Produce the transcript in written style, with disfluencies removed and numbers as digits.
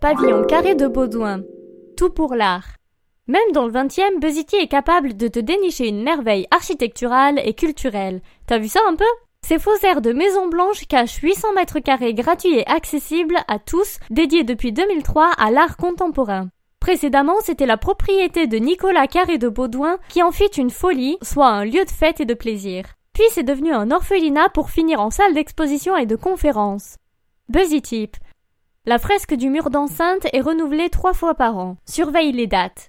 Pavillon carré de Baudouin. Tout pour l'art. Même dans le 20e, Buzity est capable de te dénicher une merveille architecturale et culturelle. T'as vu ça un peu? Ces faux airs de Maison Blanche cachent 800 mètres carrés gratuits et accessibles à tous, dédiés depuis 2003 à l'art contemporain. Précédemment, c'était la propriété de Nicolas Carré de Baudouin qui en fit une folie, soit un lieu de fête et de plaisir. Puis c'est devenu un orphelinat pour finir en salle d'exposition et de conférences. Buzzy Tip. La fresque du mur d'enceinte est renouvelée 3 fois par an. Surveille les dates.